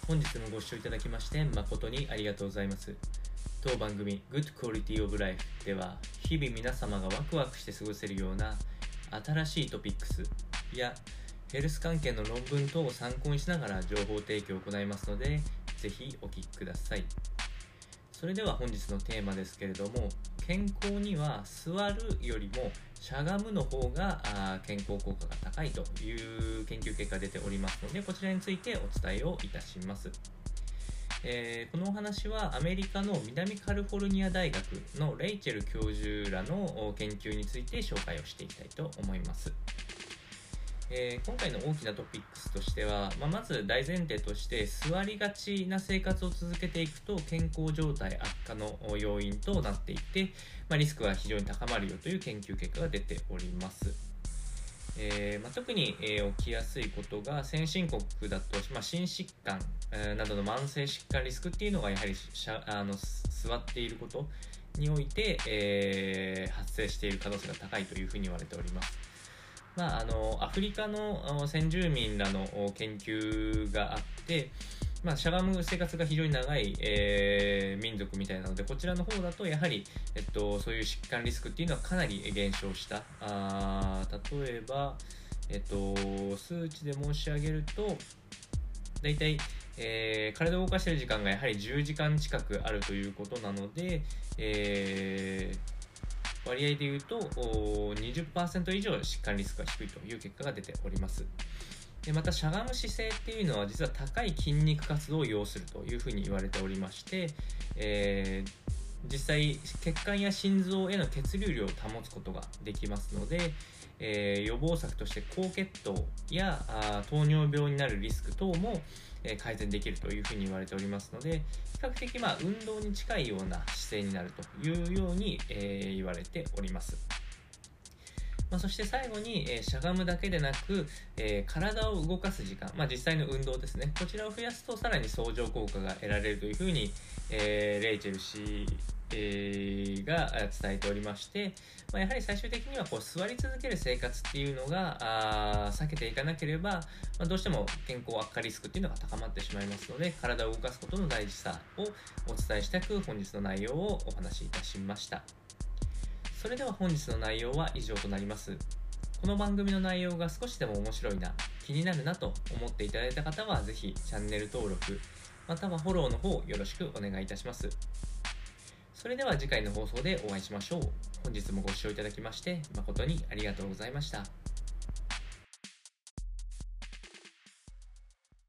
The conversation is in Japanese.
本日もご視聴いただきまして誠にありがとうございます。当番組 Good Quality of Life では、日々皆様がワクワクして過ごせるような新しいトピックスやヘルス関係の論文等を参考にしながら情報提供を行いますので、ぜひお聞きください。それでは本日のテーマですけれども、健康には座るよりもしゃがむの方が健康効果が高いという研究結果が出ておりますので、こちらについてお伝えをいたします。このお話はアメリカの南カリフォルニア大学のレイチェル教授らの研究について紹介をしていきたいと思います。今回の大きなトピックスとしては、まず大前提として座りがちな生活を続けていくと健康状態悪化の要因となっていて、リスクは非常に高まるよという研究結果が出ております。特に、起きやすいことが先進国だと、心疾患、などの慢性疾患リスクっていうのがやはり座っていることにおいて、発生している可能性が高いというふうに言われております。アフリカの先住民らの研究があって、しゃがむ生活が非常に長い、民族みたいなので、こちらの方だとやはり、そういう疾患リスクっていうのはかなり減少した。例えば、数値で申し上げると、だいたい体を動かしている時間がやはり10時間近くあるということなので、割合でいうと 20% 以上疾患リスクが低いという結果が出ております。でまたしゃがむ姿勢っていうのは実は高い筋肉活動を要するというふうに言われておりまして、実際血管や心臓への血流量を保つことができますので、予防策として高血糖や糖尿病になるリスク等も改善できるというふうに言われておりますので、比較的運動に近いような姿勢になるというように言われております。そして最後にしゃがむだけでなく体を動かす時間、実際の運動ですね、こちらを増やすとさらに相乗効果が得られるというふうにレイチェル氏が伝えておりまして、やはり最終的には座り続ける生活っていうのが避けていかなければ、どうしても健康悪化リスクっていうのが高まってしまいますので、体を動かすことの大事さをお伝えしたく本日の内容をお話しいたしました。それでは本日の内容は以上となります。この番組の内容が少しでも面白いな、気になるなと思っていただいた方はぜひチャンネル登録またはフォローの方よろしくお願いいたします。それでは次回の放送でお会いしましょう。本日もご視聴いただきまして誠にありがとうございました。